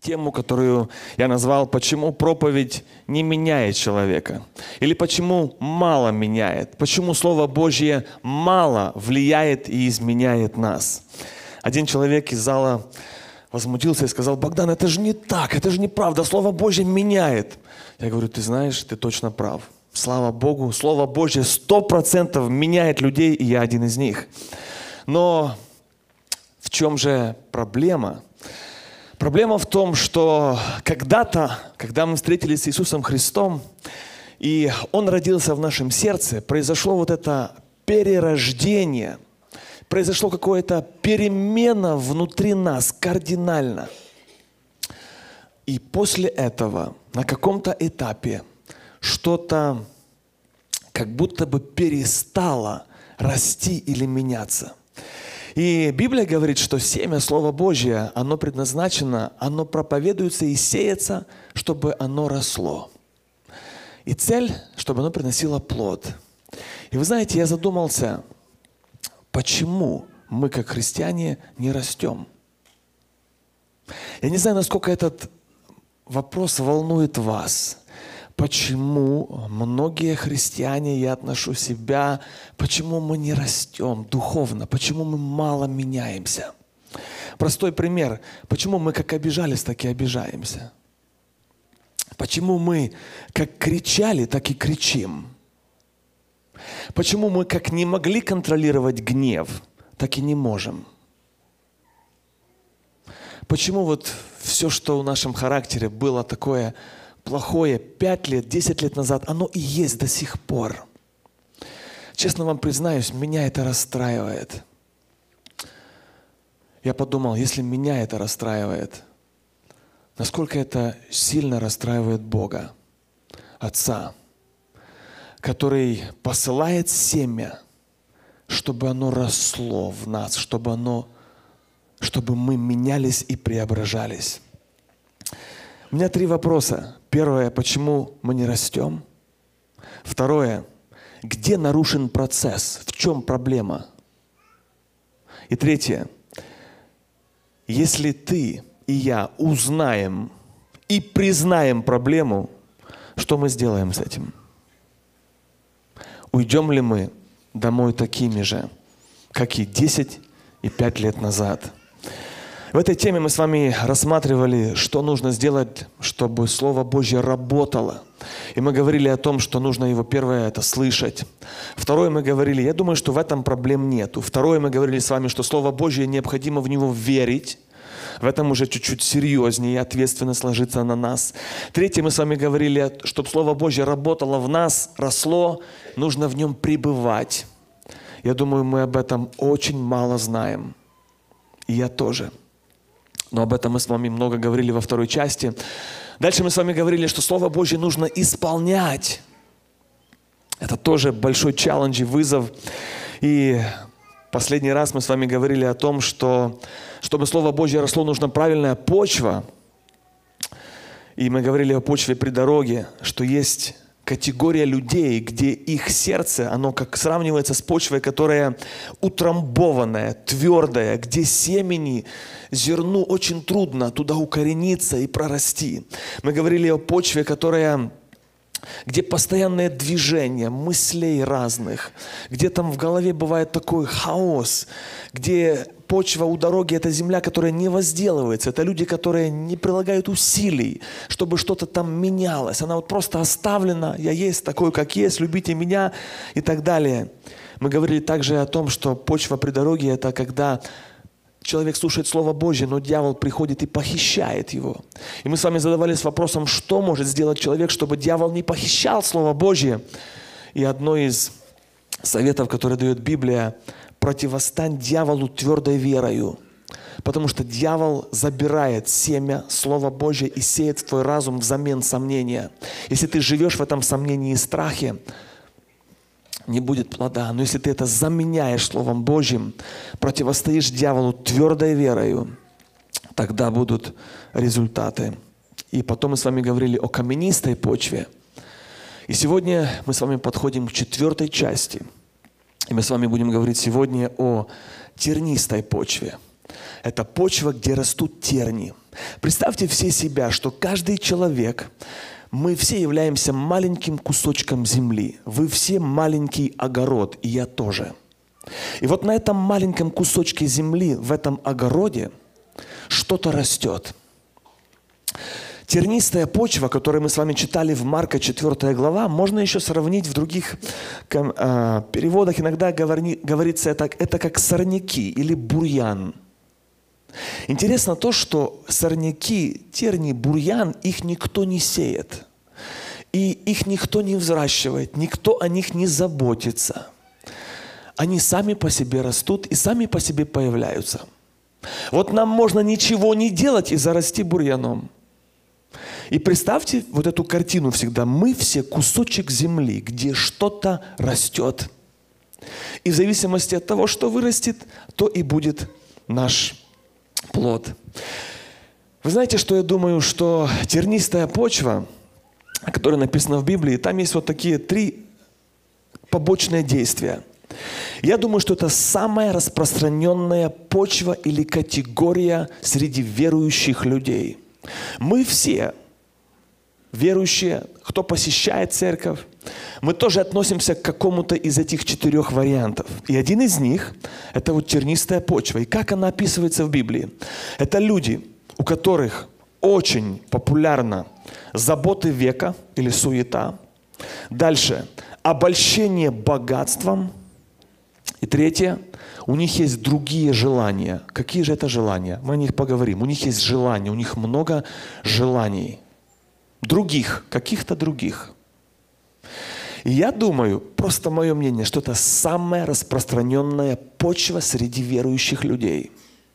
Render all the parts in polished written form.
тему, которую я назвал «Почему проповедь не меняет человека?» Или «Почему мало меняет?» Почему Слово Божье мало влияет и изменяет нас? Один человек из зала возмутился и сказал: «Богдан, это же не так, это же неправда, Слово Божье меняет». Я говорю: ты знаешь, ты точно прав. Слава Богу, Слово Божье 100% меняет людей, и я один из них. Но в чем же проблема? Проблема в том, что когда-то, когда мы встретились с Иисусом Христом, и Он родился в нашем сердце, произошло вот это перерождение, произошло какое-то перемена внутри нас кардинально. И после этого на каком-то этапе что-то как будто бы перестало расти или меняться. И Библия говорит, что семя Слова Божье, оно предназначено, оно проповедуется и сеется, чтобы оно росло. И цель, чтобы оно приносило плод. И вы знаете, я задумался, почему мы, как христиане, не растем? Я не знаю, насколько этот вопрос волнует вас. Почему многие христиане, я отношу себя, почему мы не растем духовно, почему мы мало меняемся? Простой пример. Почему мы как обижались, так и обижаемся? Почему мы как кричали, так и кричим? Почему мы как не могли контролировать гнев, так и не можем? Почему вот все, что в нашем характере было такое плохое 5 лет, 10 лет назад, оно и есть до сих пор? Честно вам признаюсь, меня это расстраивает. Я подумал, если меня это расстраивает, насколько это сильно расстраивает Бога, Отца, который посылает семя, чтобы оно росло в нас, чтобы мы менялись и преображались. У меня 3 вопроса. Первое, почему мы не растем? Второе, где нарушен процесс? В чем проблема? И третье, если ты и я узнаем и признаем проблему, что мы сделаем с этим? Уйдем ли мы домой такими же, как и 10 и 5 лет назад? В этой теме мы с вами рассматривали, что нужно сделать, чтобы Слово Божье работало. И мы говорили о том, что нужно его, первое, это слышать. Второе, мы говорили, я думаю, что в этом проблем нету. Второе, мы говорили с вами, что Слово Божье необходимо в него верить. В этом уже чуть-чуть серьезнее, ответственность ложится на нас. Третье, мы с вами говорили, чтобы Слово Божье работало в нас, росло, нужно в нем пребывать. Я думаю, мы об этом очень мало знаем. И я тоже. Но об этом мы с вами много говорили во второй части. Дальше мы с вами говорили, что Слово Божье нужно исполнять. Это тоже большой челлендж и вызов. И последний раз мы с вами говорили о том, что чтобы Слово Божье росло, нужна правильная почва. И мы говорили о почве при дороге, что есть категория людей, где их сердце, оно как сравнивается с почвой, которая утрамбованная, твердая, где семени, зерну очень трудно туда укорениться и прорасти. Мы говорили о почве, где постоянное движение мыслей разных, где там в голове бывает такой хаос, где почва у дороги – это земля, которая не возделывается. Это люди, которые не прилагают усилий, чтобы что-то там менялось. Она вот просто оставлена, я есть такой, как есть, любите меня и так далее. Мы говорили также о том, что почва при дороге – это когда человек слушает Слово Божье, но дьявол приходит и похищает его. И мы с вами задавались вопросом, что может сделать человек, чтобы дьявол не похищал Слово Божье. И одно из советов, которые дает Библия – противостань дьяволу твердой верою. Потому что дьявол забирает семя Слова Божье и сеет в твой разум взамен сомнения. Если ты живешь в этом сомнении и страхе, не будет плода. Но если ты это заменяешь Словом Божьим, противостоишь дьяволу твердой верою, тогда будут результаты. И потом мы с вами говорили о каменистой почве. И сегодня мы с вами подходим к 4 части. И мы с вами будем говорить сегодня о тернистой почве. Это почва, где растут терни. Представьте все себя, что каждый человек, мы все являемся маленьким кусочком земли. Вы все маленький огород, и я тоже. И вот на этом маленьком кусочке земли, в этом огороде, что-то растет. Тернистая почва, которую мы с вами читали в Марка 4 глава, можно еще сравнить в других переводах. Иногда говорится, это как сорняки или бурьян. Интересно то, что сорняки, терни, бурьян, их никто не сеет. И их никто не взращивает, никто о них не заботится. Они сами по себе растут и сами по себе появляются. Вот нам можно ничего не делать и зарасти бурьяном. И представьте вот эту картину всегда. Мы все кусочек земли, где что-то растет. И в зависимости от того, что вырастет, то и будет наш плод. Вы знаете, что я думаю, что тернистая почва, о которой написано в Библии, там есть вот такие 3 побочные действия. Я думаю, что это самая распространенная почва или категория среди верующих людей. Мы все верующие, кто посещает церковь, мы тоже относимся к какому-то из этих 4 вариантов. И один из них – это вот тернистая почва. И как она описывается в Библии? Это люди, у которых очень популярна заботы века или суета. Дальше – обольщение богатством. И 3 – у них есть другие желания. Какие же это желания? Мы о них поговорим. У них есть желания, у них много желаний. Других, каких-то других. И я думаю, просто мое мнение, что это самая распространенная почва среди верующих людей.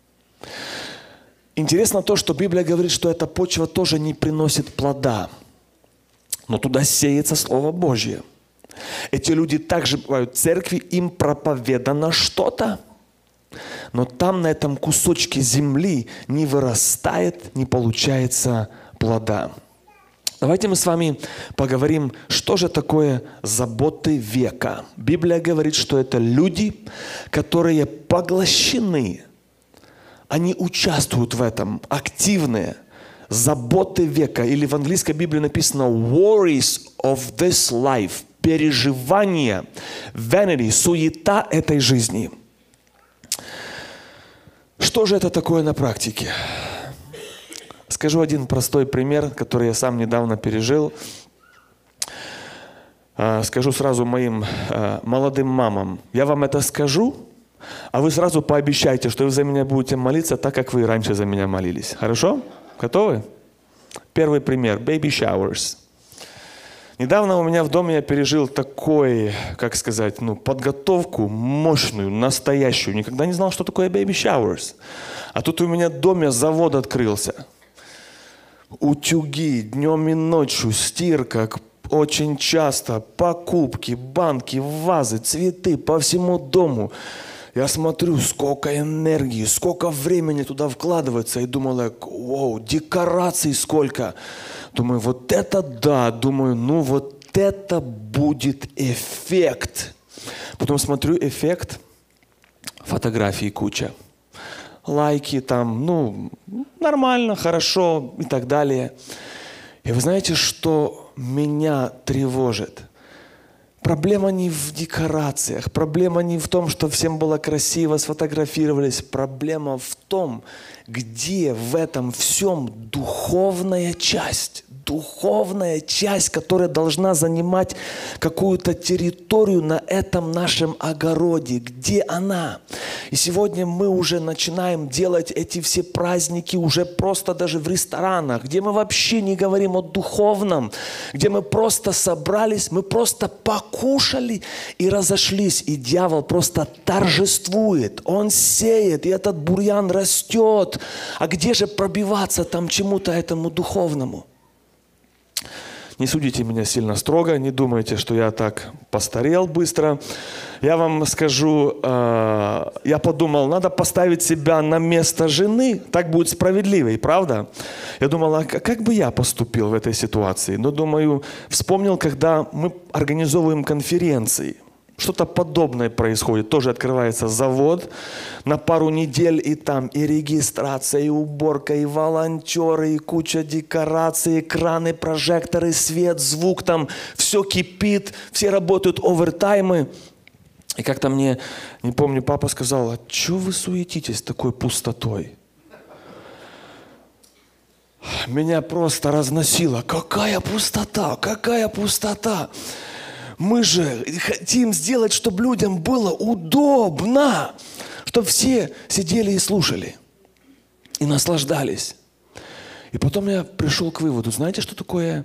Интересно то, что Библия говорит, что эта почва тоже не приносит плода. Но туда сеется Слово Божье. Эти люди также бывают в церкви, им проповедано что-то. Но там, на этом кусочке земли, не вырастает, не получается плода. Давайте мы с вами поговорим, что же такое заботы века. Библия говорит, что это люди, которые поглощены. Они участвуют в этом, активные. Заботы века. Или в английской Библии написано worries of this life. Переживания, vanity, суета этой жизни. Что же это такое на практике? Скажу один простой пример, который я сам недавно пережил. Скажу сразу моим молодым мамам. Я вам это скажу, а вы сразу пообещайте, что вы за меня будете молиться так, как вы и раньше за меня молились. Хорошо? Готовы? Первый пример. Baby showers. Недавно у меня в доме я пережил такой, как сказать, подготовку мощную, настоящую. Никогда не знал, что такое baby showers. А тут у меня в доме завод открылся. Утюги днем и ночью, стирка, очень часто, покупки, банки, вазы, цветы по всему дому. Я смотрю, сколько энергии, сколько времени туда вкладывается. И думал, вау, декораций сколько. Думаю, вот это да. Думаю, вот это будет эффект. Потом смотрю эффект, фотографий куча. Лайки там, нормально, хорошо и так далее. И вы знаете, что меня тревожит? Проблема не в декорациях, проблема не в том, что всем было красиво, сфотографировались. Проблема в том, где в этом всем духовная часть, которая должна занимать какую-то территорию на этом нашем огороде. Где она? И сегодня мы уже начинаем делать эти все праздники уже просто даже в ресторанах, где мы вообще не говорим о духовном, где мы просто собрались, мы просто покушали и разошлись. И дьявол просто торжествует, он сеет, и этот бурьян растет. А где же пробиваться там чему-то этому духовному? Не судите меня сильно строго, не думайте, что я так постарел быстро. Я вам скажу, я подумал, надо поставить себя на место жены, так будет справедливее, правда? Я думал, а как бы я поступил в этой ситуации? Но думаю, вспомнил, когда мы организовываем конференции. Что-то подобное происходит. Тоже открывается завод на пару недель, и там и регистрация, и уборка, и волонтеры, и куча декораций, экраны, прожекторы, свет, звук, там все кипит, все работают овертаймы. И как-то мне, не помню, папа сказал: а что вы суетитесь такой пустотой? Меня просто разносило. Какая пустота, какая пустота. Мы же хотим сделать, чтобы людям было удобно, чтобы все сидели и слушали, и наслаждались. И потом я пришел к выводу, знаете, что такое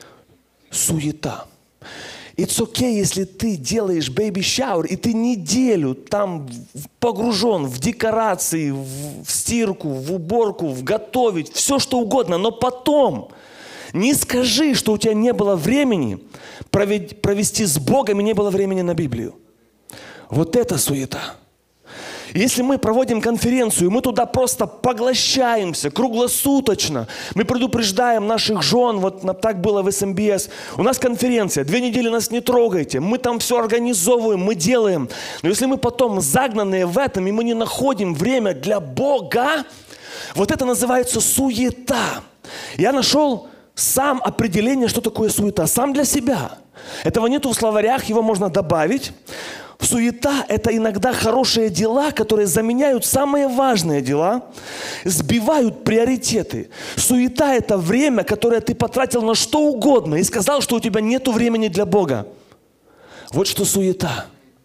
суета? It's okay, если ты делаешь бэйби-шауэр, и ты неделю там погружен в декорации, в стирку, в уборку, в готовить, все что угодно, но потом не скажи, что у тебя не было времени провести с Богом и не было времени на Библию. Вот это суета. Если мы проводим конференцию, мы туда просто поглощаемся круглосуточно. Мы предупреждаем наших жен, вот так было в СМБС. У нас конференция, 2 недели нас не трогайте. Мы там все организовываем, мы делаем. Но если мы потом загнанные в этом, и мы не находим время для Бога, вот это называется суета. Я нашел сам определение, что такое суета, сам для себя. Этого нету в словарях, его можно добавить. Суета – это иногда хорошие дела, которые заменяют самые важные дела, сбивают приоритеты. Суета – это время, которое ты потратил на что угодно и сказал, что у тебя нет времени для Бога. Вот что суета.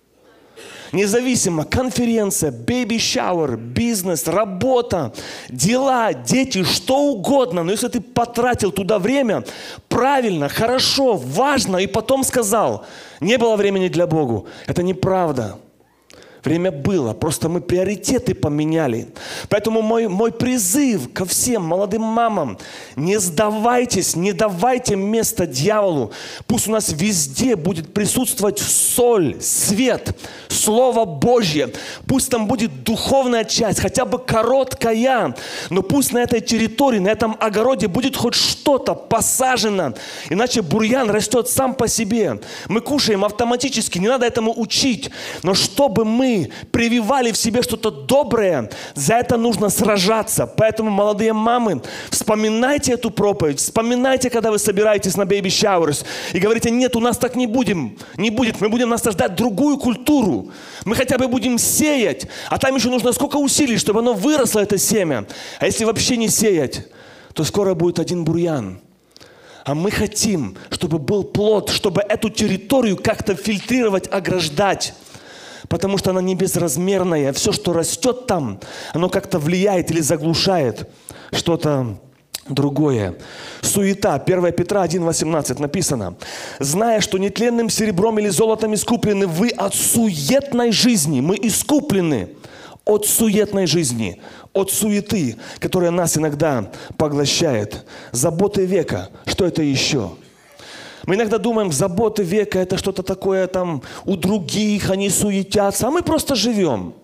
Независимо, конференция, бэйби-шауэр, бизнес, работа, дела, дети, что угодно. Но если ты потратил туда время правильно, хорошо, важно, и потом сказал, не было времени для Бога, это неправда. Время было, просто мы приоритеты поменяли. Поэтому мой призыв ко всем молодым мамам: не сдавайтесь, не давайте место дьяволу. Пусть у нас везде будет присутствовать соль, свет, Слово Божье. Пусть там будет духовная часть, хотя бы короткая, но пусть на этой территории, на этом огороде будет хоть что-то посажено. Иначе бурьян растет сам по себе. Мы кушаем автоматически, не надо этому учить. Но чтобы мы прививали в себе что-то доброе, за это нужно сражаться. Поэтому, молодые мамы, вспоминайте эту проповедь, вспоминайте, когда вы собираетесь на Baby Showers и говорите: нет, у нас так не будет, мы будем насаждать другую культуру. Мы хотя бы будем сеять, а там еще нужно сколько усилий, чтобы оно выросло, это семя. А если вообще не сеять, то скоро будет один бурьян. А мы хотим, чтобы был плод, чтобы эту территорию как-то фильтрировать, ограждать. Потому что она не безразмерная. Все, что растет там, оно как-то влияет или заглушает что-то другое. Суета. 1 Петра 1,18 написано: «Зная, что нетленным серебром или золотом искуплены вы от суетной жизни». Мы искуплены от суетной жизни, от суеты, которая нас иногда поглощает. Заботы века. Что это еще? Мы иногда думаем, заботы века – это что-то такое там у других, они суетятся, а мы просто живем.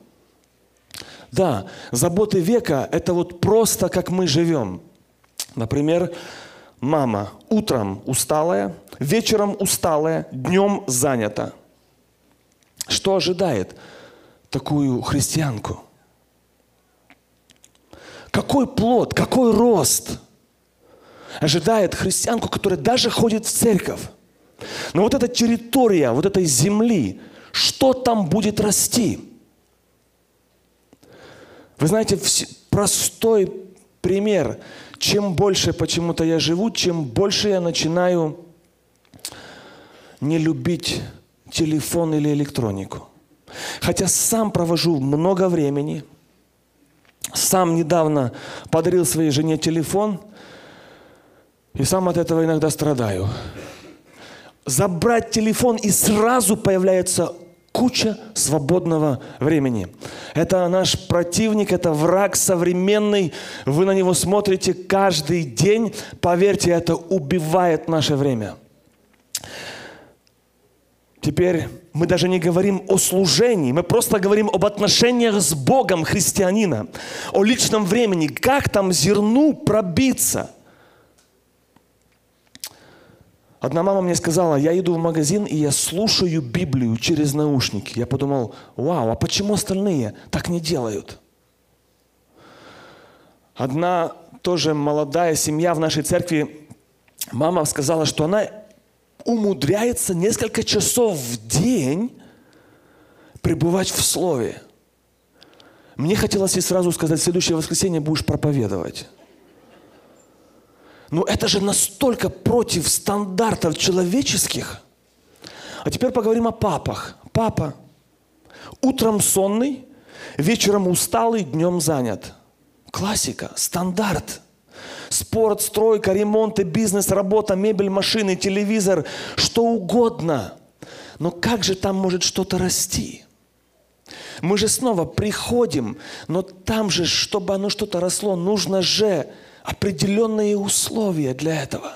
Да, заботы века – это вот просто как мы живем. Например, мама утром усталая, вечером усталая, днем занята. Что ожидает такую христианку? Какой плод, какой рост ожидает христианку, которая даже ходит в церковь? Но вот эта территория, вот этой земли, что там будет расти? Вы знаете, простой пример. Чем больше почему-то я живу, чем больше я начинаю не любить телефон или электронику. Хотя сам провожу много времени, сам недавно подарил своей жене телефон, и сам от этого иногда страдаю. Забрать телефон, и сразу появляется куча свободного времени. Это наш противник, это враг современный. Вы на него смотрите каждый день. Поверьте, это убивает наше время. Теперь мы даже не говорим о служении, мы просто говорим об отношениях с Богом христианина, о личном времени, как там зерну пробиться. Одна мама мне сказала, я иду в магазин, и я слушаю Библию через наушники. Я подумал, вау, а почему остальные так не делают? Одна тоже молодая семья в нашей церкви, мама сказала, что она умудряется несколько часов в день пребывать в Слове. Мне хотелось ей сразу сказать, в следующее воскресенье будешь проповедовать. Но это же настолько против стандартов человеческих. А теперь поговорим о папах. Папа утром сонный, вечером усталый, днем занят. Классика, стандарт. Спорт, стройка, ремонт, бизнес, работа, мебель, машины, телевизор, что угодно. Но как же там может что-то расти? Мы же снова приходим, но там же, чтобы оно что-то росло, нужно же определенные условия для этого.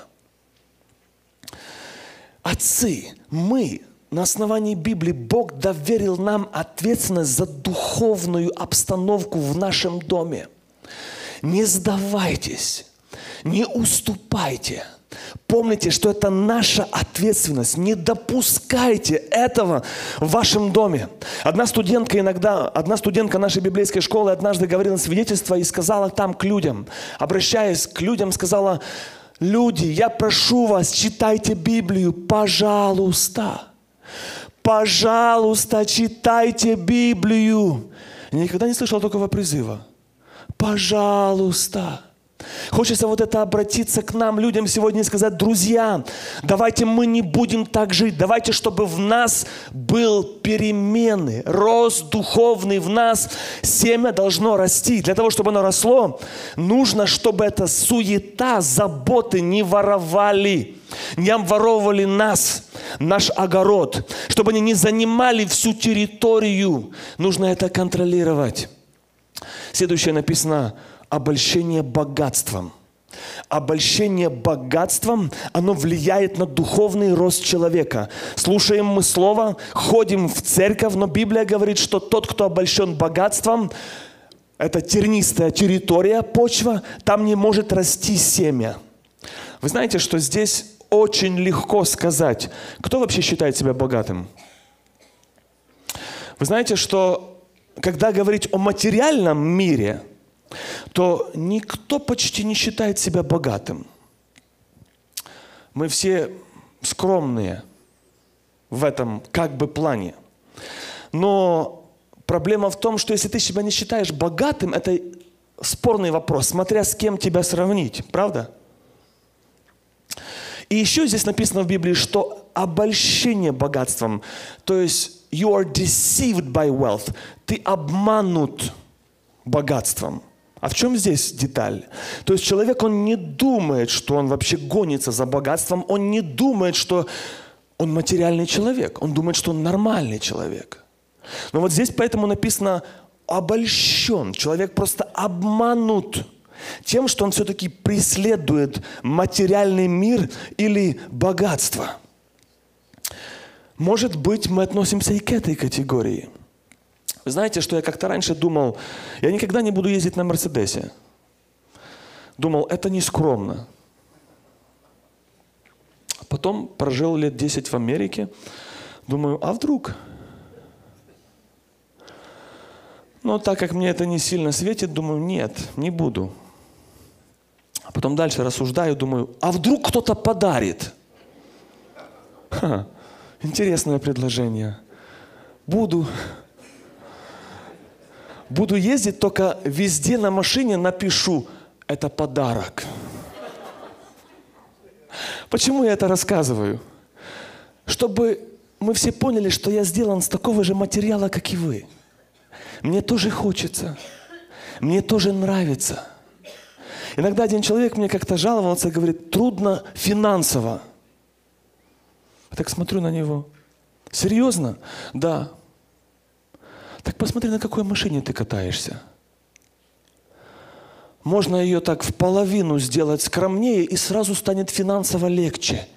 Отцы, мы, на основании Библии, Бог доверил нам ответственность за духовную обстановку в нашем доме. Не сдавайтесь, не уступайте. Помните, что это наша ответственность. Не допускайте этого в вашем доме. Одна студентка нашей библейской школы однажды говорила свидетельство и сказала там к людям, обращаясь к людям, сказала: люди, я прошу вас, читайте Библию, пожалуйста. Пожалуйста, читайте Библию. Я никогда не слышал такого призыва. Пожалуйста. Хочется вот это обратиться к нам, людям сегодня, и сказать: друзья, давайте мы не будем так жить. Давайте, чтобы в нас был перемены, рост духовный в нас. Семя должно расти. Для того, чтобы оно росло, нужно, чтобы эта суета, заботы не воровали, не обворовывали нас, наш огород, чтобы они не занимали всю территорию. Нужно это контролировать. Следующее написано: обольщение богатством. Обольщение богатством, оно влияет на духовный рост человека. Слушаем мы слово, ходим в церковь, но Библия говорит, что тот, кто обольщен богатством, это тернистая территория, почва, там не может расти семя. Вы знаете, что здесь очень легко сказать, кто вообще считает себя богатым? Вы знаете, что когда говорить о материальном мире, то никто почти не считает себя богатым. Мы все скромные в этом как бы плане. Но проблема в том, что если ты себя не считаешь богатым, это спорный вопрос, смотря с кем тебя сравнить, правда? И еще здесь написано в Библии, что обольщение богатством, то есть you are deceived by wealth, ты обманут богатством. А в чем здесь деталь? То есть человек, он не думает, что он вообще гонится за богатством, он не думает, что он материальный человек, он думает, что он нормальный человек. Но вот здесь поэтому написано обольщен, человек просто обманут тем, что он все-таки преследует материальный мир или богатство. Может быть, мы относимся и к этой категории. Вы знаете, что я как-то раньше думал, я никогда не буду ездить на Мерседесе. Думал, это не скромно. Потом прожил лет 10 в Америке. Думаю, а вдруг? Но так как мне это не сильно светит, думаю, нет, не буду. А потом дальше рассуждаю, думаю, а вдруг кто-то подарит? Интересное предложение. Буду ездить, только везде на машине напишу: это подарок. Почему я это рассказываю? Чтобы мы все поняли, что я сделан с такого же материала, как и вы. Мне тоже хочется. Мне тоже нравится. Иногда один человек мне как-то жаловался, говорит, трудно финансово. Я так смотрю на него. Серьезно? Да. Так посмотри, на какой машине ты катаешься. Можно ее так в половину сделать скромнее, и сразу станет финансово легче.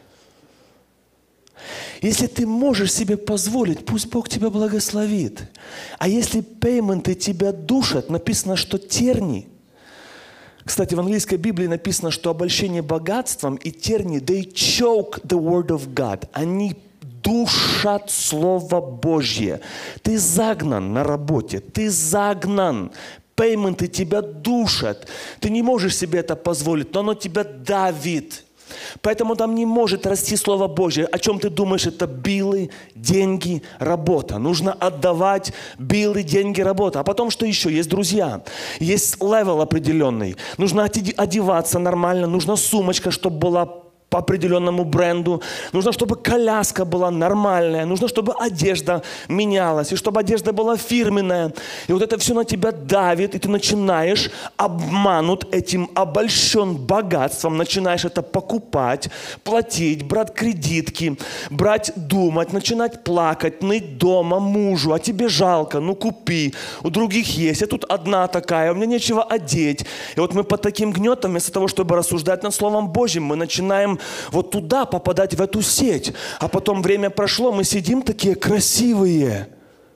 Если ты можешь себе позволить, пусть Бог тебя благословит. А если пейменты тебя душат, написано, что терни, Кстати, в английской Библии написано, что обольщение богатством и тернии, they choke the word of God. Они душат Слово Божье. Ты загнан на работе, ты загнан. Пейменты тебя душат. Ты не можешь себе это позволить, но оно тебя давит. Поэтому там не может расти Слово Божье. О чем ты думаешь? Это биллы, деньги, работа. Нужно отдавать биллы, деньги, работа. А потом что еще? Есть друзья. Есть левел определенный. Нужно одеваться нормально. Нужна сумочка, чтобы была по определенному бренду. Нужно, чтобы коляска была нормальная. Нужно, чтобы одежда менялась. И чтобы одежда была фирменная. И вот это все на тебя давит. И ты начинаешь обманут этим, обольщен богатством. Начинаешь это покупать, платить, брать кредитки, брать, думать, начинать плакать, ныть дома мужу. А тебе жалко, ну купи. У других есть. Я тут одна такая, у меня нечего одеть. И вот мы под таким гнетом, вместо того, чтобы рассуждать над Словом Божьим, мы начинаем вот туда попадать, в эту сеть. А потом время прошло, мы сидим такие красивые.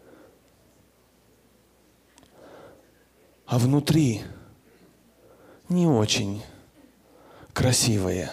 А внутри не очень красивые.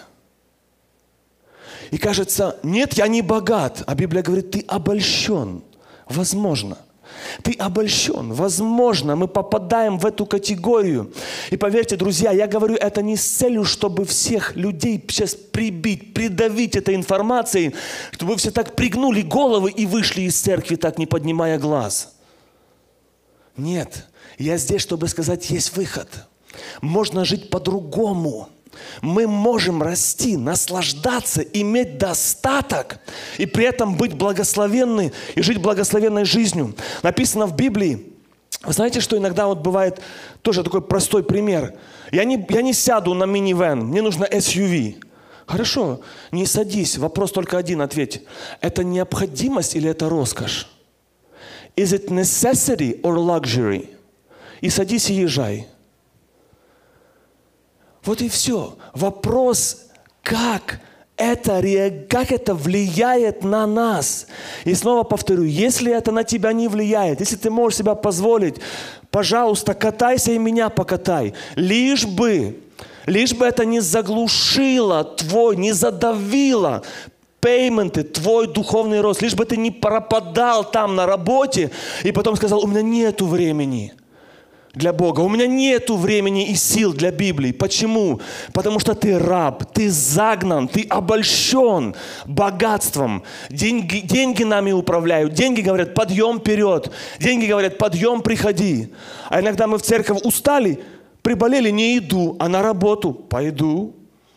И кажется, нет, я не богат. А Библия говорит, ты обольщен. Возможно. Ты обольщен. Возможно, мы попадаем в эту категорию. И поверьте, друзья, я говорю это не с целью, чтобы всех людей сейчас прибить, придавить этой информацией, чтобы вы все так пригнули головы и вышли из церкви, так не поднимая глаз. Нет, я здесь, чтобы сказать, есть выход. Можно жить по-другому. Мы можем расти, наслаждаться, иметь достаток и при этом быть благословенны и жить благословенной жизнью. Написано в Библии, вы знаете, что иногда вот бывает тоже такой простой пример. Я не сяду на минивэн, мне нужно SUV. Хорошо, не садись, вопрос только один, ответь. Это необходимость или это роскошь? Is it necessity or luxury? И садись и езжай. Вот и все. Вопрос, как это влияет на нас. И снова повторю, если это на тебя не влияет, если ты можешь себя позволить, пожалуйста, катайся и меня покатай. Лишь бы это не заглушило не задавило пейменты, твой духовный рост. Лишь бы ты не пропадал там на работе и потом сказал, у меня нету времени для Бога. У меня нету времени и сил для Библии. Почему? Потому что ты раб, ты загнан, ты обольщен богатством. Деньги нами управляют. Деньги говорят, подъем вперед. Деньги говорят, подъем, приходи. А иногда мы в церковь устали, приболели, не иду, а на работу пойду.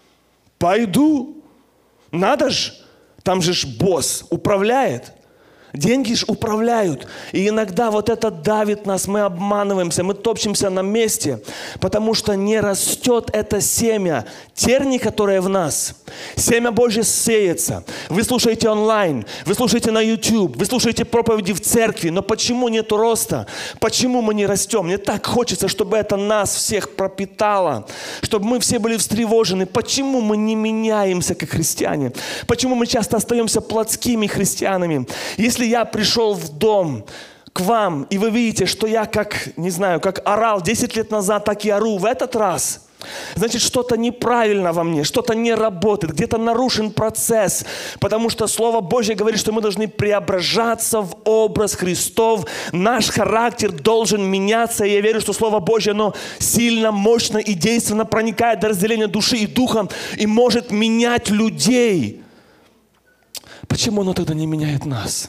Надо ж, там же ж босс управляет. Деньги же управляют. И иногда вот это давит нас, мы обманываемся, мы топчемся на месте, потому что не растет это семя, терни, которое в нас. Семя Божье сеется. Вы слушаете онлайн, вы слушаете на YouTube, вы слушаете проповеди в церкви, но почему нет роста? Почему мы не растем? Мне так хочется, чтобы это нас всех пропитало, чтобы мы все были встревожены. Почему мы не меняемся как христиане? Почему мы часто остаемся плотскими христианами? Если я пришел в дом к вам, и вы видите, что я как орал 10 лет назад, так и ору в этот раз, значит, что-то неправильно во мне, что-то не работает, где-то нарушен процесс, потому что Слово Божье говорит, что мы должны преображаться в образ Христов, наш характер должен меняться, и я верю, что Слово Божье, оно сильно, мощно и действенно проникает до разделения души и духа и может менять людей. Почему оно тогда не меняет нас?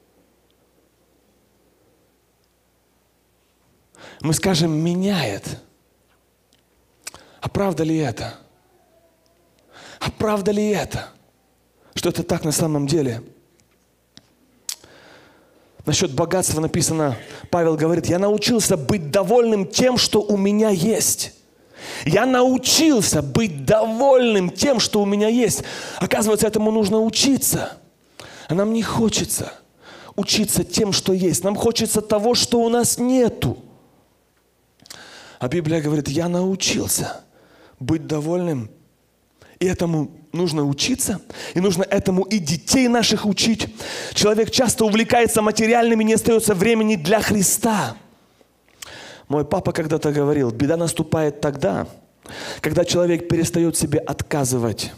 Мы скажем, меняет. А правда ли это? А правда ли это? Что это так на самом деле? Насчет богатства написано, Павел говорит, я научился быть довольным тем, что у меня есть. Я научился быть довольным тем, что у меня есть. Оказывается, этому нужно учиться. А нам не хочется учиться тем, что есть. Нам хочется того, что у нас нету. А Библия говорит, я научился быть довольным. И этому нужно учиться. И нужно этому и детей наших учить. Человек часто увлекается материальными, не остается времени для Христа. Мой папа когда-то говорил, беда наступает тогда, Когда человек перестает себе отказывать,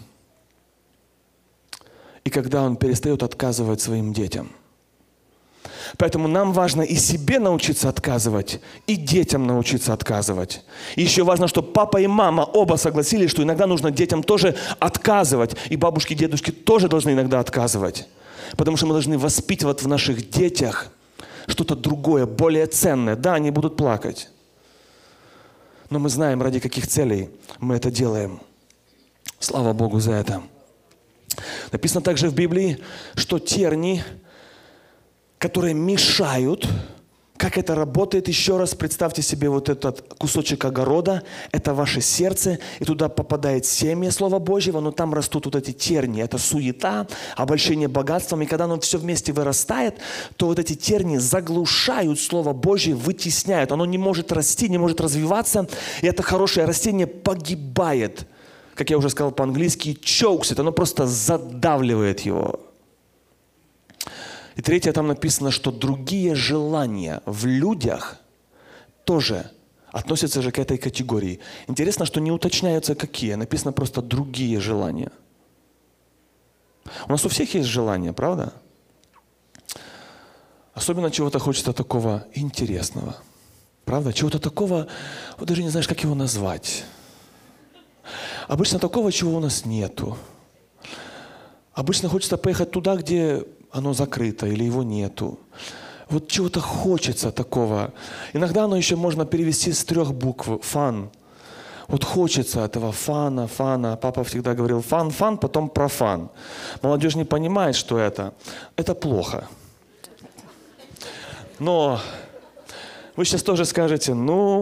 и когда он перестает отказывать своим детям. Поэтому нам важно и себе научиться отказывать, и детям научиться отказывать. И еще важно, чтобы папа и мама оба согласились, что иногда нужно детям тоже отказывать. И бабушки, дедушки тоже должны иногда отказывать. Потому что мы должны воспитывать в наших детях что-то другое, более ценное. Да, они будут плакать. Но мы знаем, ради каких целей мы это делаем. Слава Богу за это. Написано также в Библии, что терни, которые мешают, как это работает, еще раз представьте себе вот этот кусочек огорода, это ваше сердце, и туда попадает семя Слова Божьего, но там растут вот эти терни, это суета, обольщение богатством, и когда оно все вместе вырастает, то вот эти терни заглушают Слово Божье, вытесняют, оно не может расти, не может развиваться, и это хорошее растение погибает, как я уже сказал по-английски, chokes, оно просто задавливает его. И третье, там написано, что другие желания в людях тоже относятся же к этой категории. Интересно, что не уточняются какие, написано просто другие желания. У нас у всех есть желания, правда? Особенно чего-то хочется такого интересного. Правда? Чего-то такого, вот даже не знаешь, как его назвать. Обычно такого, чего у нас нету. Обычно хочется поехать туда, где оно закрыто или его нету. Вот чего-то хочется такого. Иногда оно еще можно перевести с 3 букв. Фан. Вот хочется этого фана. Папа всегда говорил фан, потом профан. Молодежь не понимает, что это. Это плохо. Но вы сейчас тоже скажете,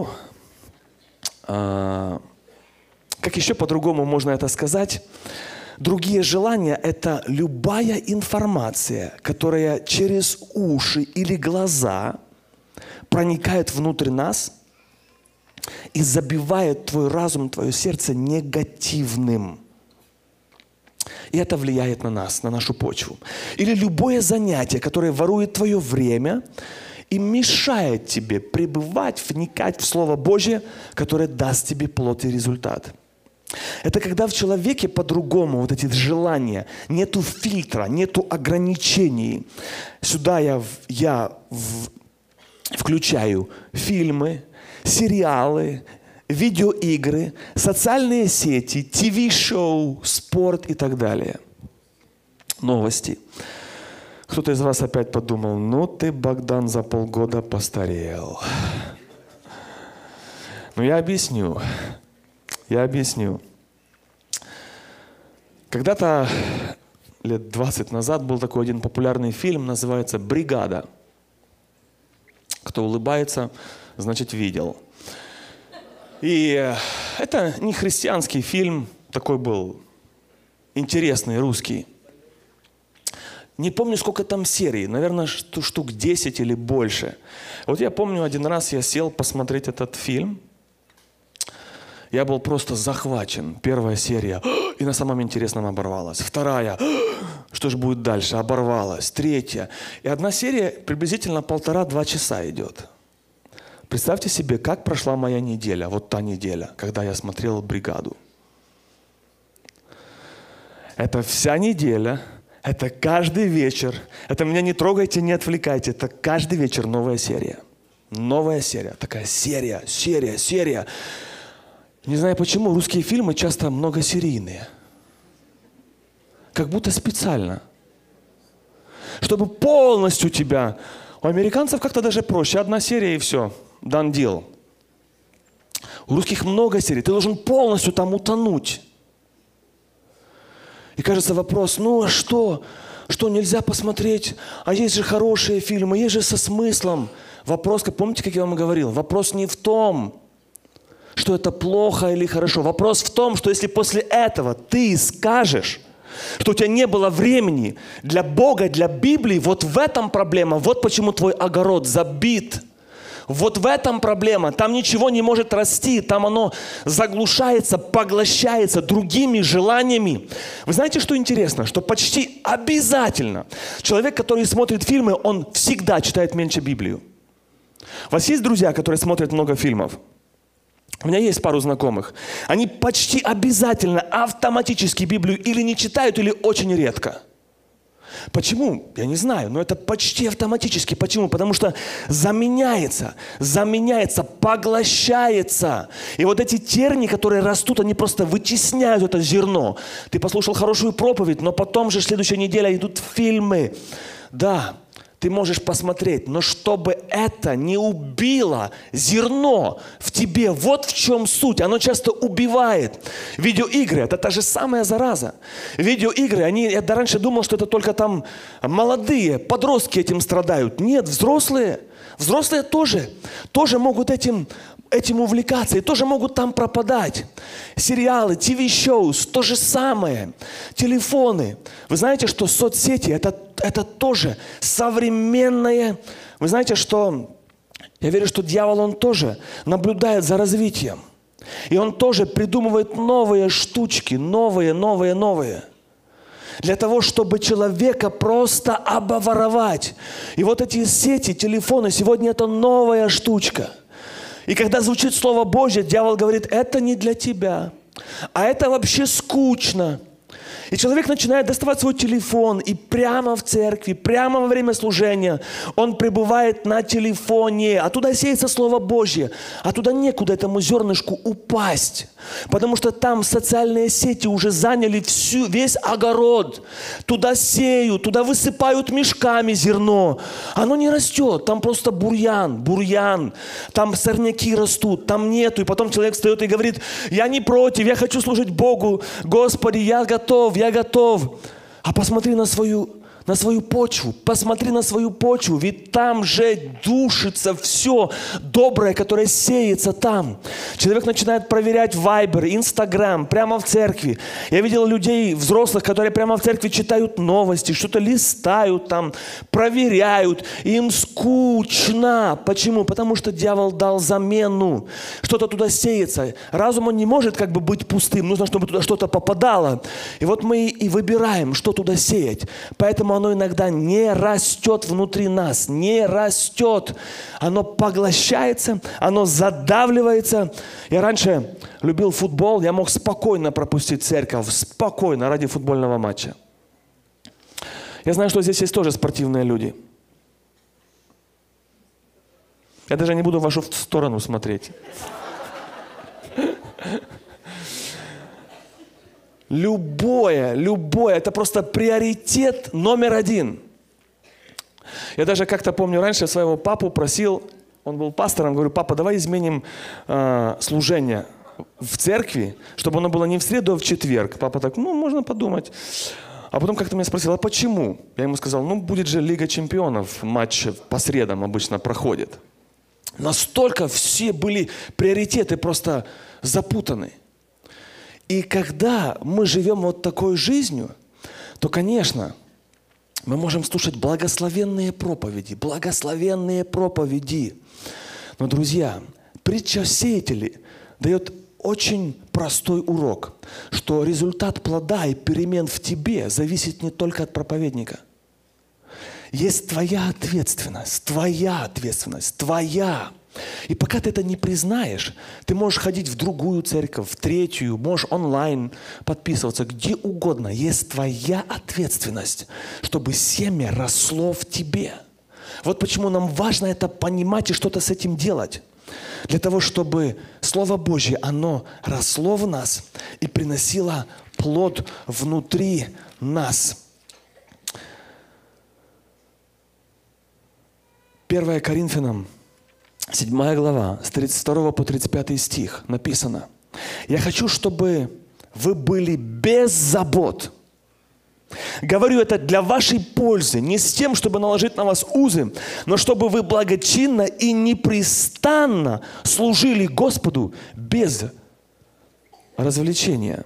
как еще по-другому можно это сказать? Другие желания – это любая информация, которая через уши или глаза проникает внутрь нас и забивает твой разум, твое сердце негативным. И это влияет на нас, на нашу почву. Или любое занятие, которое ворует твое время и мешает тебе пребывать, вникать в Слово Божье, которое даст тебе плод и результат. Это когда в человеке по-другому вот эти желания, нету фильтра, нету ограничений. Сюда я включаю фильмы, сериалы, видеоигры, социальные сети, ТВ-шоу, спорт и так далее. Новости. Кто-то из вас опять подумал, ты, Богдан, за полгода постарел. Я объясню. Когда-то, лет 20 назад, был такой один популярный фильм, называется «Бригада». Кто улыбается, значит, видел. И это не христианский фильм, такой был интересный, русский. Не помню, сколько там серий, наверное, штук 10 или больше. Вот я помню, один раз я сел посмотреть этот фильм. Я был просто захвачен. Первая серия. И на самом интересном оборвалась. Вторая. Что же будет дальше? Оборвалась. Третья. И одна серия приблизительно 1,5-2 часа идет. Представьте себе, как прошла моя неделя. Вот та неделя, когда я смотрел «Бригаду». Это вся неделя. Это каждый вечер. Это меня не трогайте, не отвлекайте. Это каждый вечер новая серия. Новая серия. Такая серия. Не знаю почему, русские фильмы часто многосерийные. Как будто специально. Чтобы полностью тебя... У американцев как-то даже проще. Одна серия и все. Done deal. У русских много серий. Ты должен полностью там утонуть. И кажется вопрос, а что? Что, нельзя посмотреть? А есть же хорошие фильмы, есть же со смыслом. Вопрос, помните, как я вам говорил? Вопрос не в том, что это плохо или хорошо. Вопрос в том, что если после этого ты скажешь, что у тебя не было времени для Бога, для Библии, вот в этом проблема, вот почему твой огород забит. Вот в этом проблема. Там ничего не может расти, там оно заглушается, поглощается другими желаниями. Вы знаете, что интересно? Что почти обязательно человек, который смотрит фильмы, он всегда читает меньше Библию. У вас есть друзья, которые смотрят много фильмов? У меня есть пару знакомых. Они почти обязательно, автоматически Библию или не читают, или очень редко. Почему? Я не знаю, но это почти автоматически. Почему? Потому что заменяется, поглощается. И вот эти тернии, которые растут, они просто вытесняют это зерно. Ты послушал хорошую проповедь, но потом же следующая неделя идут фильмы. Да, ты можешь посмотреть, но чтобы это не убило зерно в тебе, вот в чем суть. Оно часто убивает. Видеоигры – это та же самая зараза. Видеоигры, я раньше думал, что это только там молодые, подростки этим страдают. Нет, взрослые тоже могут этим увлекаться и тоже могут там пропадать. Сериалы, ТВ-шоус, то же самое. Телефоны. Вы знаете, что соцсети это тоже современное. Вы знаете, что я верю, что дьявол, он тоже наблюдает за развитием. И он тоже придумывает новые штучки, новые. Для того, чтобы человека просто обворовать. И вот эти сети, телефоны, сегодня это новая штучка. И когда звучит Слово Божье, дьявол говорит, это не для тебя, а это вообще скучно. И человек начинает доставать свой телефон, и прямо в церкви, прямо во время служения он пребывает на телефоне. А туда сеется Слово Божье, а туда некуда этому зернышку упасть. Потому что там социальные сети уже заняли весь огород. Туда сеют, туда высыпают мешками зерно. Оно не растет, там просто бурьян. Там сорняки растут, там нету. И потом человек встает и говорит, я не против, я хочу служить Богу. Господи, я готов. А посмотри на свою почву, ведь там же душится все доброе, которое сеется там. Человек начинает проверять Viber, Instagram прямо в церкви. Я видел людей, взрослых, которые прямо в церкви читают новости, что-то листают там, проверяют. Им скучно. Почему? Потому что дьявол дал замену. Что-то туда сеется. Разум, он не может как бы быть пустым. Нужно, чтобы туда что-то попадало. И вот мы и выбираем, что туда сеять. Поэтому оно иногда не растет внутри нас, не растет. Оно поглощается, оно задавливается. Я раньше любил футбол, я мог спокойно пропустить церковь, спокойно, ради футбольного матча. Я знаю, что здесь есть тоже спортивные люди. Я даже не буду в вашу сторону смотреть. Любое, это просто приоритет номер один. Я даже как-то помню, раньше своего папу просил, он был пастором, говорю, папа, давай изменим служение в церкви, чтобы оно было не в среду, а в четверг. Папа так, можно подумать. А потом как-то меня спросил, а почему? Я ему сказал, будет же Лига чемпионов, матч по средам обычно проходит. Настолько все были приоритеты просто запутаны. И когда мы живем вот такой жизнью, то, конечно, мы можем слушать благословенные проповеди. Но, друзья, притча о сеятеле дает очень простой урок, что результат плода и перемен в тебе зависит не только от проповедника. Есть твоя ответственность. И пока ты это не признаешь, ты можешь ходить в другую церковь, в третью, можешь онлайн подписываться, где угодно. Есть твоя ответственность, чтобы семя росло в тебе. Вот почему нам важно это понимать и что-то с этим делать. Для того, чтобы Слово Божье, оно росло в нас и приносило плод внутри нас. 1 Коринфянам 7 глава, с 32 по 35 стих написано. «Я хочу, чтобы вы были без забот». Говорю это для вашей пользы, не с тем, чтобы наложить на вас узы, но чтобы вы благочинно и непрестанно служили Господу без развлечения.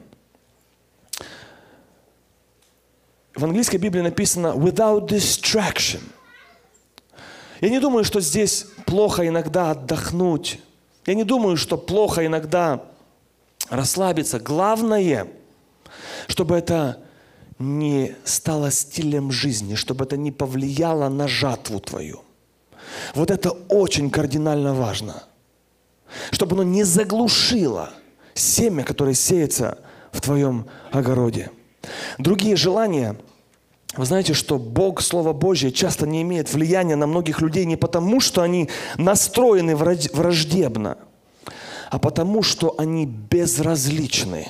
В английской Библии написано «without distraction». Я не думаю, что здесь плохо иногда отдохнуть. Я не думаю, что плохо иногда расслабиться. Главное, чтобы это не стало стилем жизни, чтобы это не повлияло на жатву твою. Вот это очень кардинально важно. чтобы оно не заглушило семя, которое сеется в твоем огороде. Другие желания. Вы знаете, что Бог, Слово Божье, часто не имеет влияния на многих людей не потому, что они настроены враждебно, а потому, что они безразличны.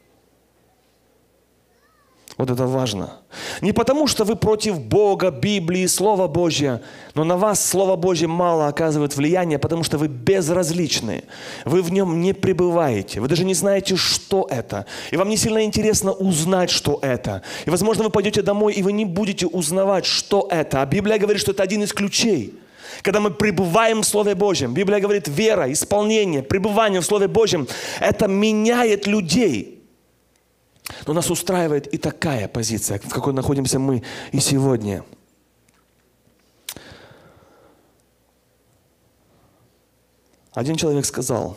Вот это важно. Не потому, что вы против Бога, Библии, Слова Божьего, но на вас Слово Божье мало оказывает влияние, потому что вы безразличны. Вы в нем не пребываете. Вы даже не знаете, что это. И вам не сильно интересно узнать, что это. И, возможно, вы пойдете домой, и вы не будете узнавать, что это. А Библия говорит, что это один из ключей. Когда мы пребываем в Слове Божьем, Библия говорит, вера, исполнение, пребывание в Слове Божьем, это меняет людей. Но нас устраивает и такая позиция, в какой находимся мы и сегодня. Один человек сказал,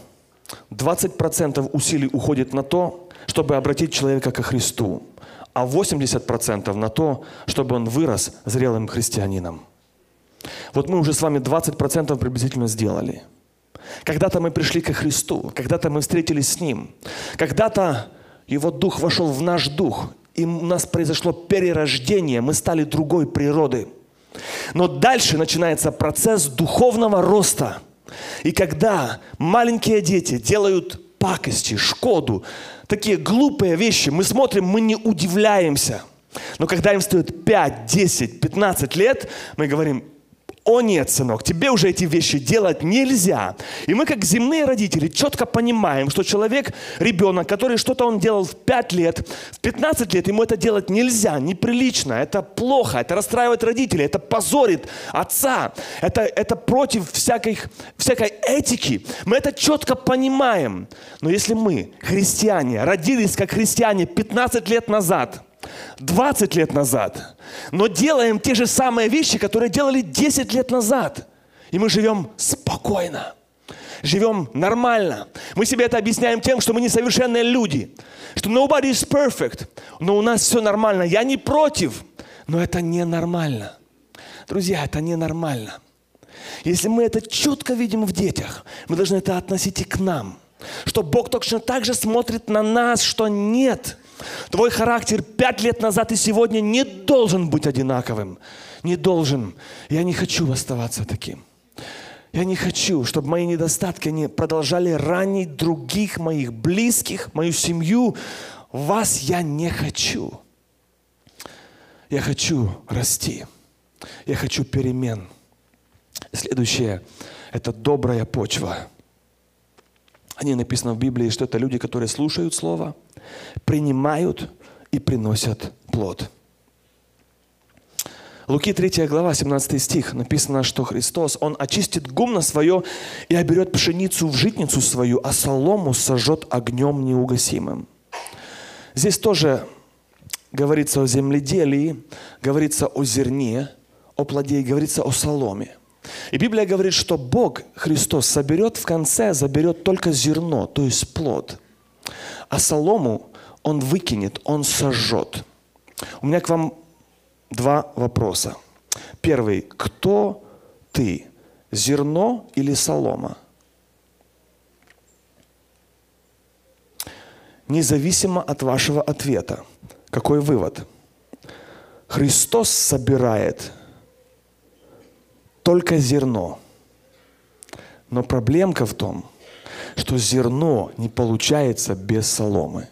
20% усилий уходит на то, чтобы обратить человека ко Христу, а 80% на то, чтобы он вырос зрелым христианином. Вот мы уже с вами 20% приблизительно сделали. Когда-то мы пришли ко Христу, когда-то мы встретились с Ним, когда-то Его Дух вошел в наш дух, и у нас произошло перерождение, мы стали другой природы. Но дальше начинается процесс духовного роста. И когда маленькие дети делают пакости, шкоду, такие глупые вещи, мы смотрим, мы не удивляемся. Но когда им стоит 5, 10, 15 лет, мы говорим, о нет, сынок, тебе уже эти вещи делать нельзя. И мы, как земные родители, четко понимаем, что человек, ребенок, который что-то он делал в 5 лет, в 15 лет ему это делать нельзя, неприлично, это плохо, это расстраивает родителей, это позорит отца, это против всякой этики. Мы это четко понимаем. Но если мы, христиане, родились как христиане 15 лет назад, 20 лет назад, но делаем те же самые вещи, которые делали 10 лет назад. И мы живем спокойно, живем нормально. Мы себе это объясняем тем, что мы несовершенные люди, что nobody is perfect, но у нас все нормально. Я не против, но это ненормально. Друзья, это ненормально. Если мы это четко видим в детях, мы должны это относить и к нам. Что Бог точно так же смотрит на нас, что нет. Твой характер 5 лет назад и сегодня не должен быть одинаковым. Не должен. Я не хочу оставаться таким. Я не хочу, чтобы мои недостатки не продолжали ранить других моих близких, мою семью. Вас я не хочу. Я хочу расти. Я хочу перемен. Следующее – это добрая почва. О ней написано в Библии, что это люди, которые слушают Слово, принимают и приносят плод. Луки 3 глава, 17 стих, написано, что Христос, Он очистит гумно свое и оберет пшеницу в житницу свою, а солому сожжет огнем неугасимым. Здесь тоже говорится о земледелии, говорится о зерне, о плоде и говорится о соломе. И Библия говорит, что Бог, Христос, соберет в конце, заберет только зерно, то есть плод. А солому Он выкинет, Он сожжет. У меня к вам 2 вопроса. Первый. Кто ты? Зерно или солома? Независимо от вашего ответа. Какой вывод? Христос собирает только зерно. Но проблемка в том, что зерно не получается без соломы.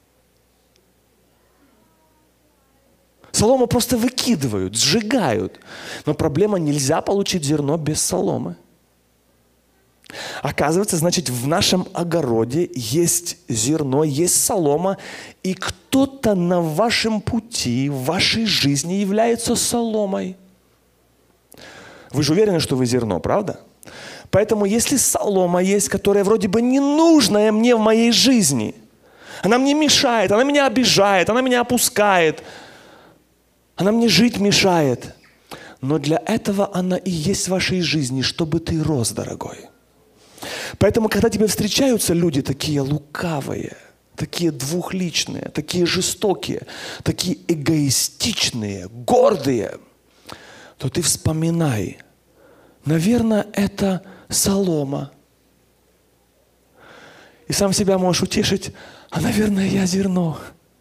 Солому просто выкидывают, сжигают. Но проблема, нельзя получить зерно без соломы. Оказывается, значит, в нашем огороде есть зерно, есть солома, и кто-то на вашем пути, в вашей жизни является соломой. Вы же уверены, что вы зерно, правда? Поэтому если солома есть, которая вроде бы ненужная мне в моей жизни, она мне мешает, она меня обижает, она меня опускает, она мне жить мешает, но для этого она и есть в вашей жизни, чтобы ты рос, дорогой. Поэтому, когда тебе встречаются люди такие лукавые, такие двухличные, такие жестокие, такие эгоистичные, гордые, то ты вспоминай, наверное, это солома. И сам себя можешь утешить, а, наверное, я зерно.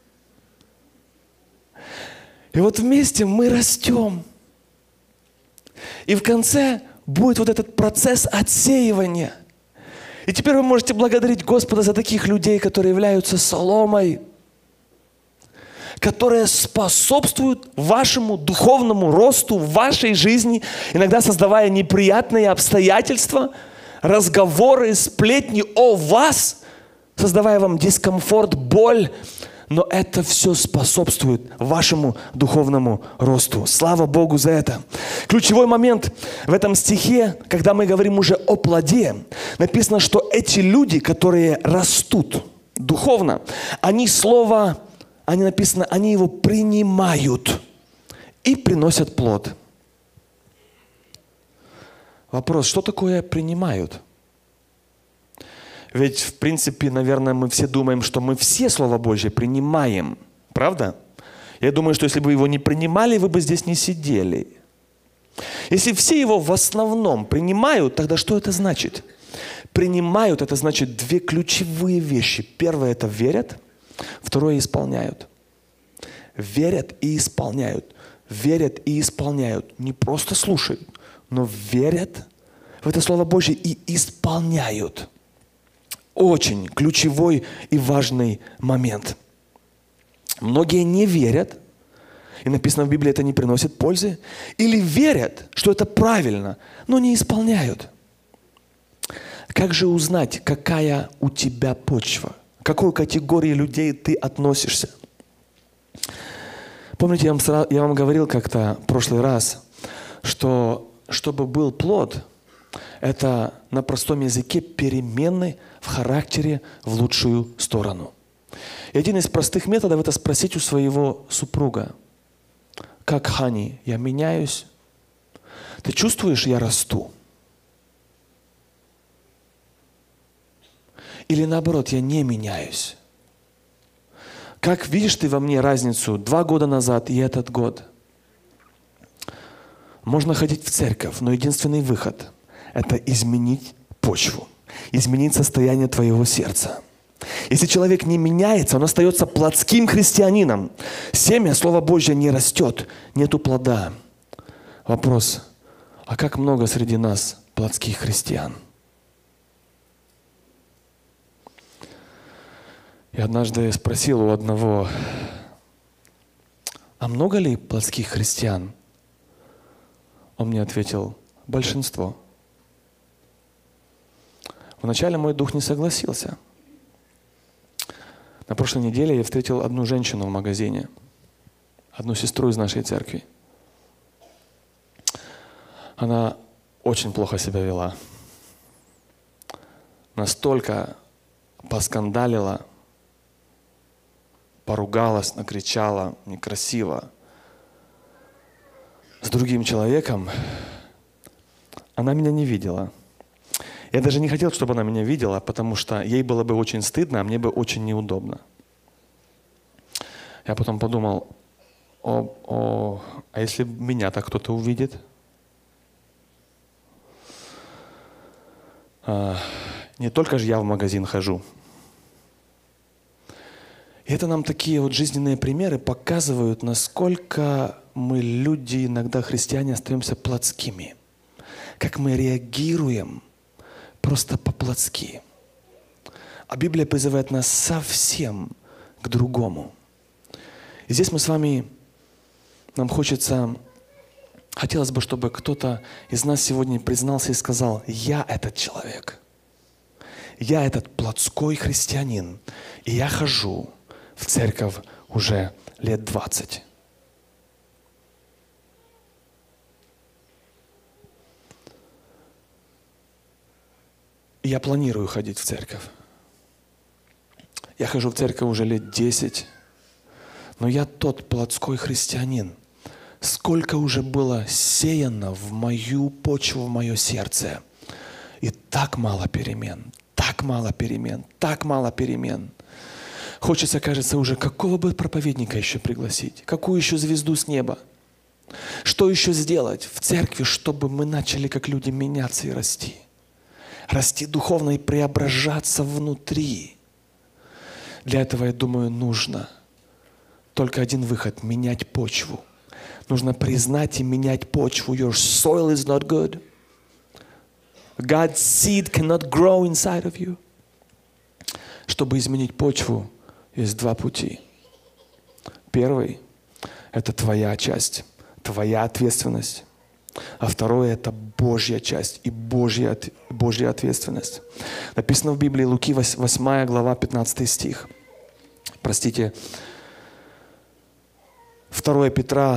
И вот вместе мы растем. И в конце будет вот этот процесс отсеивания. И теперь вы можете благодарить Господа за таких людей, которые являются соломой, которые способствуют вашему духовному росту в вашей жизни, иногда создавая неприятные обстоятельства, разговоры, сплетни о вас, создавая вам дискомфорт, боль. Но это все способствует вашему духовному росту. Слава Богу за это. Ключевой момент в этом стихе, когда мы говорим уже о плоде, написано, что эти люди, которые растут духовно, они написано, они его принимают и приносят плод. Вопрос, что такое принимают? Ведь, в принципе, наверное, мы все думаем, что мы все Слово Божье принимаем. Правда? Я думаю, что если бы вы его не принимали, вы бы здесь не сидели. Если все его в основном принимают, тогда что это значит? Принимают, это значит две ключевые вещи. Первое – это верят, второе – исполняют. Верят и исполняют. Верят и исполняют. Не просто слушают, но верят в это Слово Божье и исполняют. Очень ключевой и важный момент. Многие не верят, и написано в Библии, это не приносит пользы, или верят, что это правильно, но не исполняют. Как же узнать, какая у тебя почва? К какой категории людей ты относишься? Помните, я вам говорил как-то в прошлый раз, что чтобы был плод, это на простом языке перемены в характере в лучшую сторону. И один из простых методов – это спросить у своего супруга, как Хани, я меняюсь? Ты чувствуешь, я расту? Или наоборот, я не меняюсь? Как видишь ты во мне разницу 2 года назад и этот год? Можно ходить в церковь, но единственный выход – это изменить почву, изменить состояние твоего сердца. Если человек не меняется, он остается плотским христианином. Семя, Слово Божье, не растет, нету плода. Вопрос, а как много среди нас плотских христиан? Я однажды спросил у одного, а много ли плотских христиан? Он мне ответил, большинство. Вначале мой дух не согласился. На прошлой неделе я встретил одну женщину в магазине, одну сестру из нашей церкви. Она очень плохо себя вела. Настолько поскандалила, поругалась, накричала, некрасиво. С другим человеком она меня не видела. Я даже не хотел, чтобы она меня видела, потому что ей было бы очень стыдно, а мне бы очень неудобно. Я потом подумал, а если меня так кто-то увидит? Не только же я в магазин хожу. И это нам такие вот жизненные примеры показывают, насколько мы, люди, иногда христиане, остаемся плотскими. Как мы реагируем просто по-плотски. А Библия призывает нас совсем к другому. И здесь мы с вами, хотелось бы, чтобы кто-то из нас сегодня признался и сказал, я этот человек. Я этот плотской христианин. И я хожу в церковь уже лет 20. И я планирую ходить в церковь. Я хожу в церковь уже лет 10. Но я тот плотской христианин. Сколько уже было сеяно в мою почву, в мое сердце. И так мало перемен, так мало перемен, так мало перемен. Хочется, кажется, уже какого бы проповедника еще пригласить? Какую еще звезду с неба? Что еще сделать в церкви, чтобы мы начали как люди меняться и расти? расти духовно и преображаться внутри. Для этого, я думаю, нужно только один выход – менять почву. Нужно признать и менять почву. Your soil is not good. God's seed cannot grow inside of you. Чтобы изменить почву, есть два пути. Первый – это твоя часть, твоя ответственность. А второе – это Божья часть и Божья ответственность. Написано в Библии, Луки 8 глава, 15 стих. Простите, 2 Петра,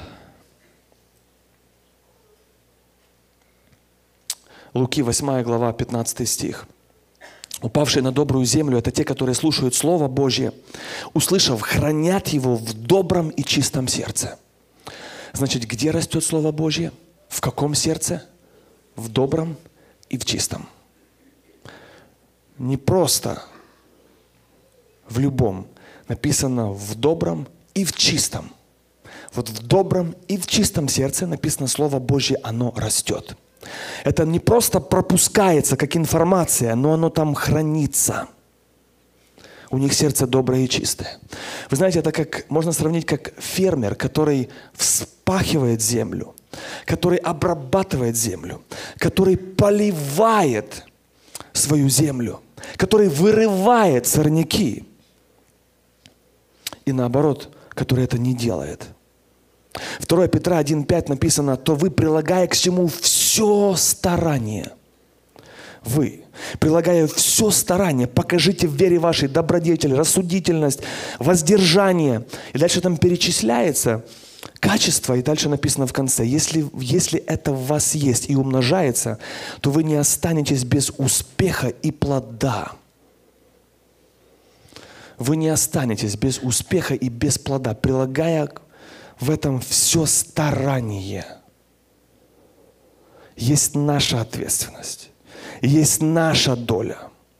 Луки 8 глава, 15 стих. «Упавшие на добрую землю – это те, которые слушают Слово Божье, услышав, хранят его в добром и чистом сердце». Значит, где растет Слово Божье? В каком сердце? В добром и в чистом. Не просто в любом. Написано в добром и в чистом. Вот в добром и в чистом сердце написано Слово Божье, оно растет. Это не просто пропускается как информация, но оно там хранится. У них сердце доброе и чистое. Вы знаете, это как можно сравнить как фермер, который вспахивает землю, который обрабатывает землю, который поливает свою землю, который вырывает сорняки. И наоборот, который это не делает. 2 Петра 1,5 написано: «То вы, прилагая к всему все старание». Вы, прилагая все старание, покажите в вере вашей добродетель, рассудительность, воздержание. И дальше там перечисляется качество, и дальше написано в конце: если это в вас есть и умножается, то вы не останетесь без успеха и плода. Вы не останетесь без успеха и без плода, прилагая в этом все старание. Есть наша ответственность. Есть наша доля.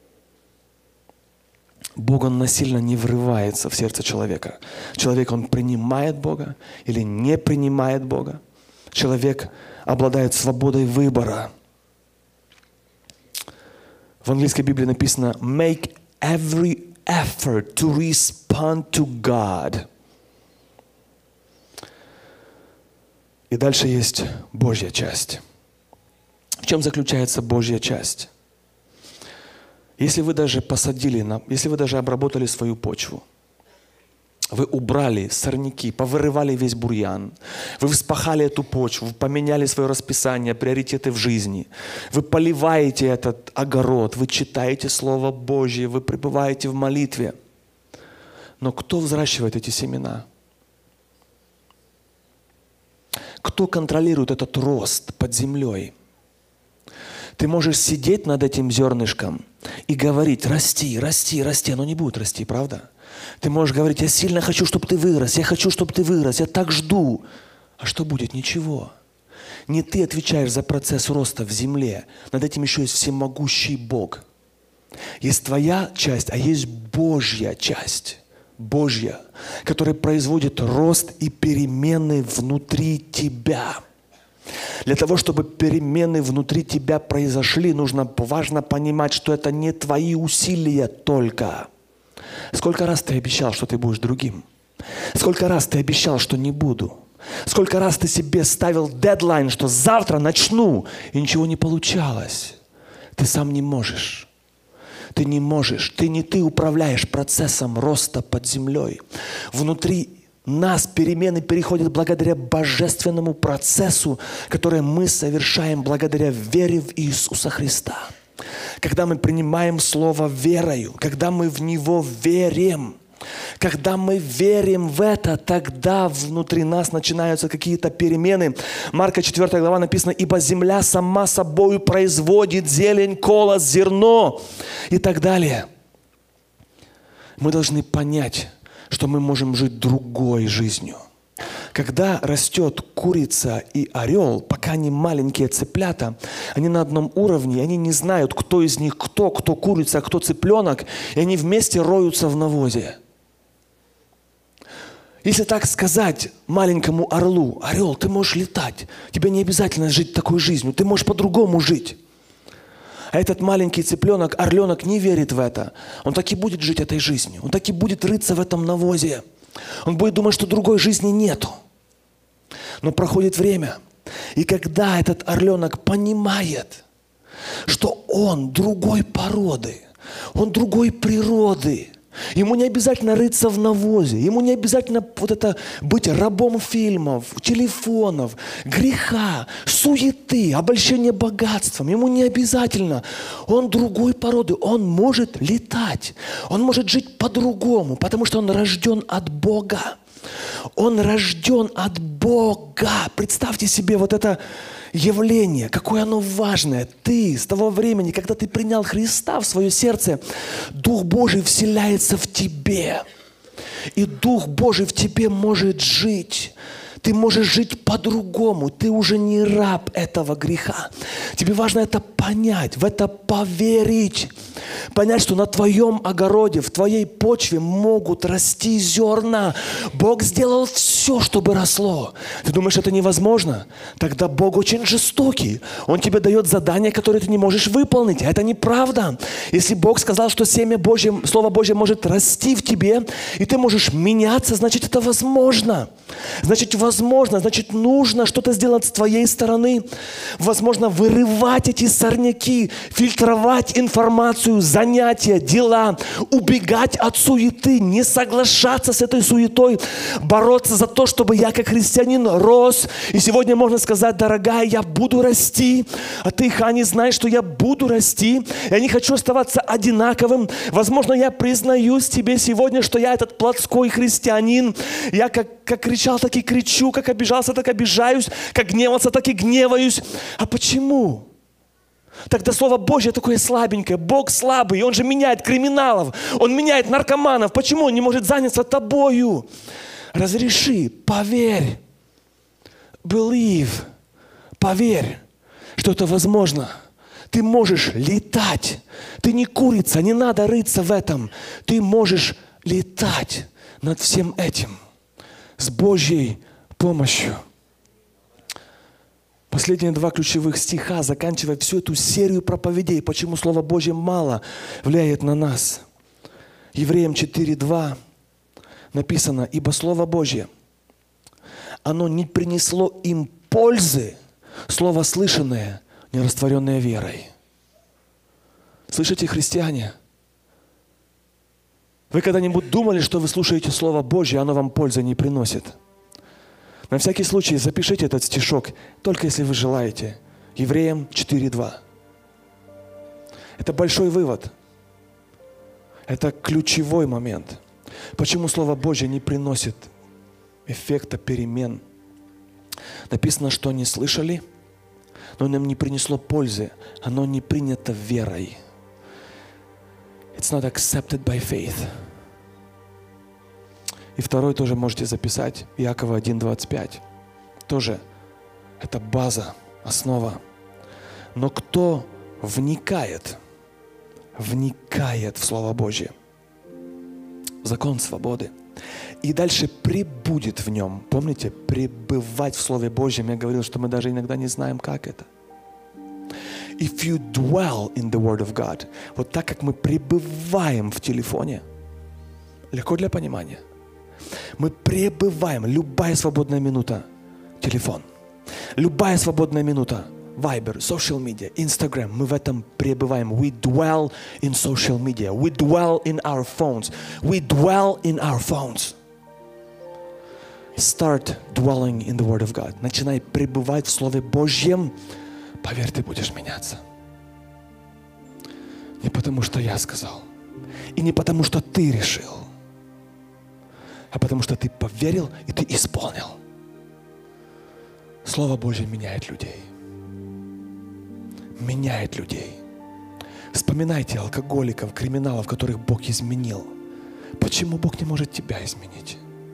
Бог, Он насильно не врывается в сердце человека. Человек, он принимает Бога или не принимает Бога. Человек обладает свободой выбора. В английской Библии написано «make every effort to respond to God». И дальше есть Божья часть. В чем заключается Божья часть? Если вы даже если вы даже обработали свою почву, вы убрали сорняки, повырывали весь бурьян, вы вспахали эту почву, вы поменяли свое расписание, приоритеты в жизни, вы поливаете этот огород, вы читаете Слово Божье, вы пребываете в молитве. Но кто взращивает эти семена? Кто контролирует этот рост под землей? Ты можешь сидеть над этим зернышком и говорить: расти, расти, расти. Оно не будет расти, правда? Ты можешь говорить: я сильно хочу, чтобы ты вырос, я хочу, чтобы ты вырос, я так жду. А что будет? Ничего. Не ты отвечаешь за процесс роста в земле. Над этим еще есть всемогущий Бог. Есть твоя часть, а есть Божья часть. Божья, которая производит рост и перемены внутри тебя. Для того, чтобы перемены внутри тебя произошли, важно понимать, что это не твои усилия только. Сколько раз ты обещал, что ты будешь другим? Сколько раз ты обещал, что не буду? Сколько раз ты себе ставил дедлайн, что завтра начну, и ничего не получалось? Ты сам не можешь. Ты не можешь. Не ты управляешь процессом роста под землей. Внутри нас перемены переходят благодаря божественному процессу, который мы совершаем благодаря вере в Иисуса Христа. Когда мы принимаем Слово верою, когда мы в Него верим, когда мы верим в это, тогда внутри нас начинаются какие-то перемены. Марка 4 глава написано: «Ибо земля сама собою производит зелень, колос, зерно» и так далее. Мы должны понять, что мы можем жить другой жизнью. Когда растет курица и орел, пока они маленькие цыплята, они на одном уровне, они не знают, кто из них кто курица, а кто цыпленок, и они вместе роются в навозе. Если так сказать маленькому орлу: орел, ты можешь летать, тебе не обязательно жить такой жизнью, ты можешь по-другому жить. А этот маленький цыпленок, орленок не верит в это. Он так и будет жить этой жизнью. Он так и будет рыться в этом навозе. Он будет думать, что другой жизни нету. Но проходит время. И когда этот орленок понимает, что он другой породы, он другой природы, ему не обязательно рыться в навозе, ему не обязательно быть рабом фильмов, телефонов, греха, суеты, обольщения богатством. Ему не обязательно. Он другой породы, он может летать, он может жить по-другому, потому что он рожден от Бога. Он рожден от Бога. Представьте себе это явление, какое оно важное. Ты с того времени, когда ты принял Христа в свое сердце, Дух Божий вселяется в тебе. И Дух Божий в тебе может жить. Ты можешь жить по-другому. Ты уже не раб этого греха. Тебе важно это понять, в это поверить. Понять, что на твоем огороде, в твоей почве могут расти зерна. Бог сделал все, чтобы росло. Ты думаешь, это невозможно? Тогда Бог очень жестокий. Он тебе дает задания, которые ты не можешь выполнить. Это неправда. Если Бог сказал, что семя Божье, Слово Божье может расти в тебе, и ты можешь меняться, значит, это возможно. Значит, нужно что-то сделать с твоей стороны. Возможно, вырывать эти сорняки, фильтровать информацию, занятия, дела, убегать от суеты, не соглашаться с этой суетой, бороться за то, чтобы я как христианин рос. И сегодня можно сказать: дорогая, я буду расти, а ты, Хани, знаешь, что я буду расти. Я не хочу оставаться одинаковым. Возможно, я признаюсь тебе сегодня, что я этот плотской христианин. Я как кричал, так и кричу, как обижался, так обижаюсь, как гневался, так и гневаюсь. А почему? Тогда Слово Божье такое слабенькое. Бог слабый, Он же меняет криминалов, Он меняет наркоманов. Почему Он не может заняться тобою? Разреши, поверь, believe, поверь, что это возможно. Ты можешь летать. Ты не курица, не надо рыться в этом. Ты можешь летать над всем этим с Божьей помощью. Последние 2 ключевых стиха, заканчивая всю эту серию проповедей, почему Слово Божье мало влияет на нас. Евреям 4:2 написано: «Ибо Слово Божье, оно не принесло им пользы, слово слышанное, не растворенное верой». Слышите, христиане? Вы когда-нибудь думали, что вы слушаете Слово Божье, оно вам пользы не приносит? На всякий случай запишите этот стишок, только если вы желаете. Евреям 4:2. Это большой вывод. Это ключевой момент. Почему Слово Божье не приносит эффекта перемен? Написано, что они слышали, но им не принесло пользы. Оно не принято верой. It's not accepted by faith. И второй тоже можете записать. Иакова 1:25. Тоже это база, основа. Но кто вникает в Слово Божье, в закон свободы, и дальше пребудет в нем. Помните, пребывать в Слове Божьем. Я говорил, что мы даже иногда не знаем, как это. If you dwell in the Word of God, вот так как мы пребываем в телефоне, легко для понимания. Мы пребываем, любая свободная минута, телефон, любая свободная минута, Viber, social media, Instagram, мы в этом пребываем. We dwell in social media. We dwell in our phones. We dwell in our phones. Start dwelling in the Word of God. Начинай пребывать в Слове Божьем. Поверь, ты будешь меняться. Не потому, что я сказал. И не потому, что ты решил. А потому, что ты поверил и ты исполнил. Слово Божье меняет людей. Меняет людей. Вспоминайте алкоголиков, криминалов, которых Бог изменил. Почему Бог не может тебя изменить?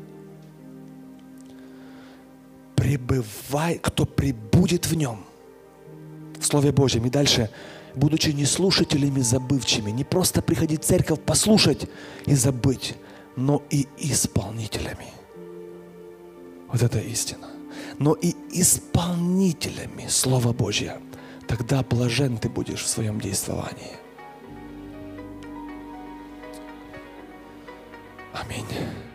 Пребывай, кто пребудет в нем, в Слове Божьем. И дальше, будучи не слушателями забывчими, не просто приходить в церковь послушать и забыть, но и исполнителями. Вот это истина. Но и исполнителями Слова Божьего. тогда блажен ты будешь в своем действовании. Аминь.